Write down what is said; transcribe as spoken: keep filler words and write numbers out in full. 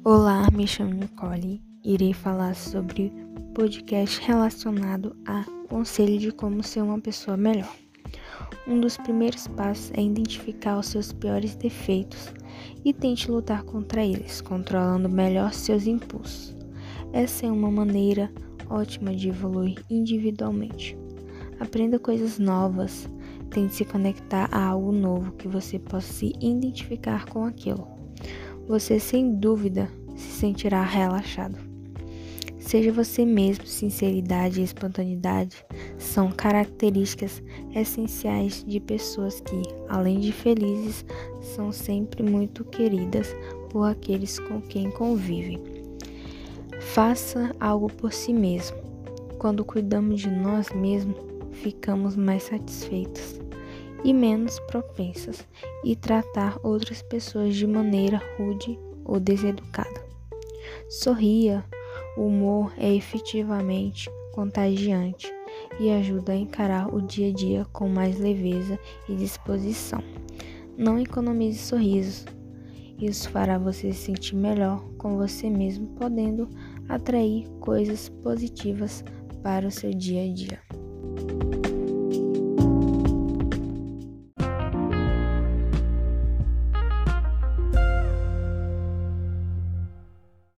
Olá, me chamo Nicole e irei falar sobre podcast relacionado a conselho de como ser uma pessoa melhor. Um dos primeiros passos é identificar os seus piores defeitos e tente lutar contra eles, controlando melhor seus impulsos. Essa é uma maneira ótima de evoluir individualmente. Aprenda coisas novas, tente se conectar a algo novo que você possa se identificar com aquilo. Você sem dúvida se sentirá relaxado. Seja você mesmo, sinceridade e espontaneidade são características essenciais de pessoas que, além de felizes, são sempre muito queridas por aqueles com quem convivem. Faça algo por si mesmo. Quando cuidamos de nós mesmos, ficamos mais satisfeitos e menos propensas a tratar outras pessoas de maneira rude ou deseducada. Sorria, o humor é efetivamente contagiante e ajuda a encarar o dia a dia com mais leveza e disposição. Não economize sorrisos, isso fará você se sentir melhor com você mesmo, podendo atrair coisas positivas para o seu dia a dia.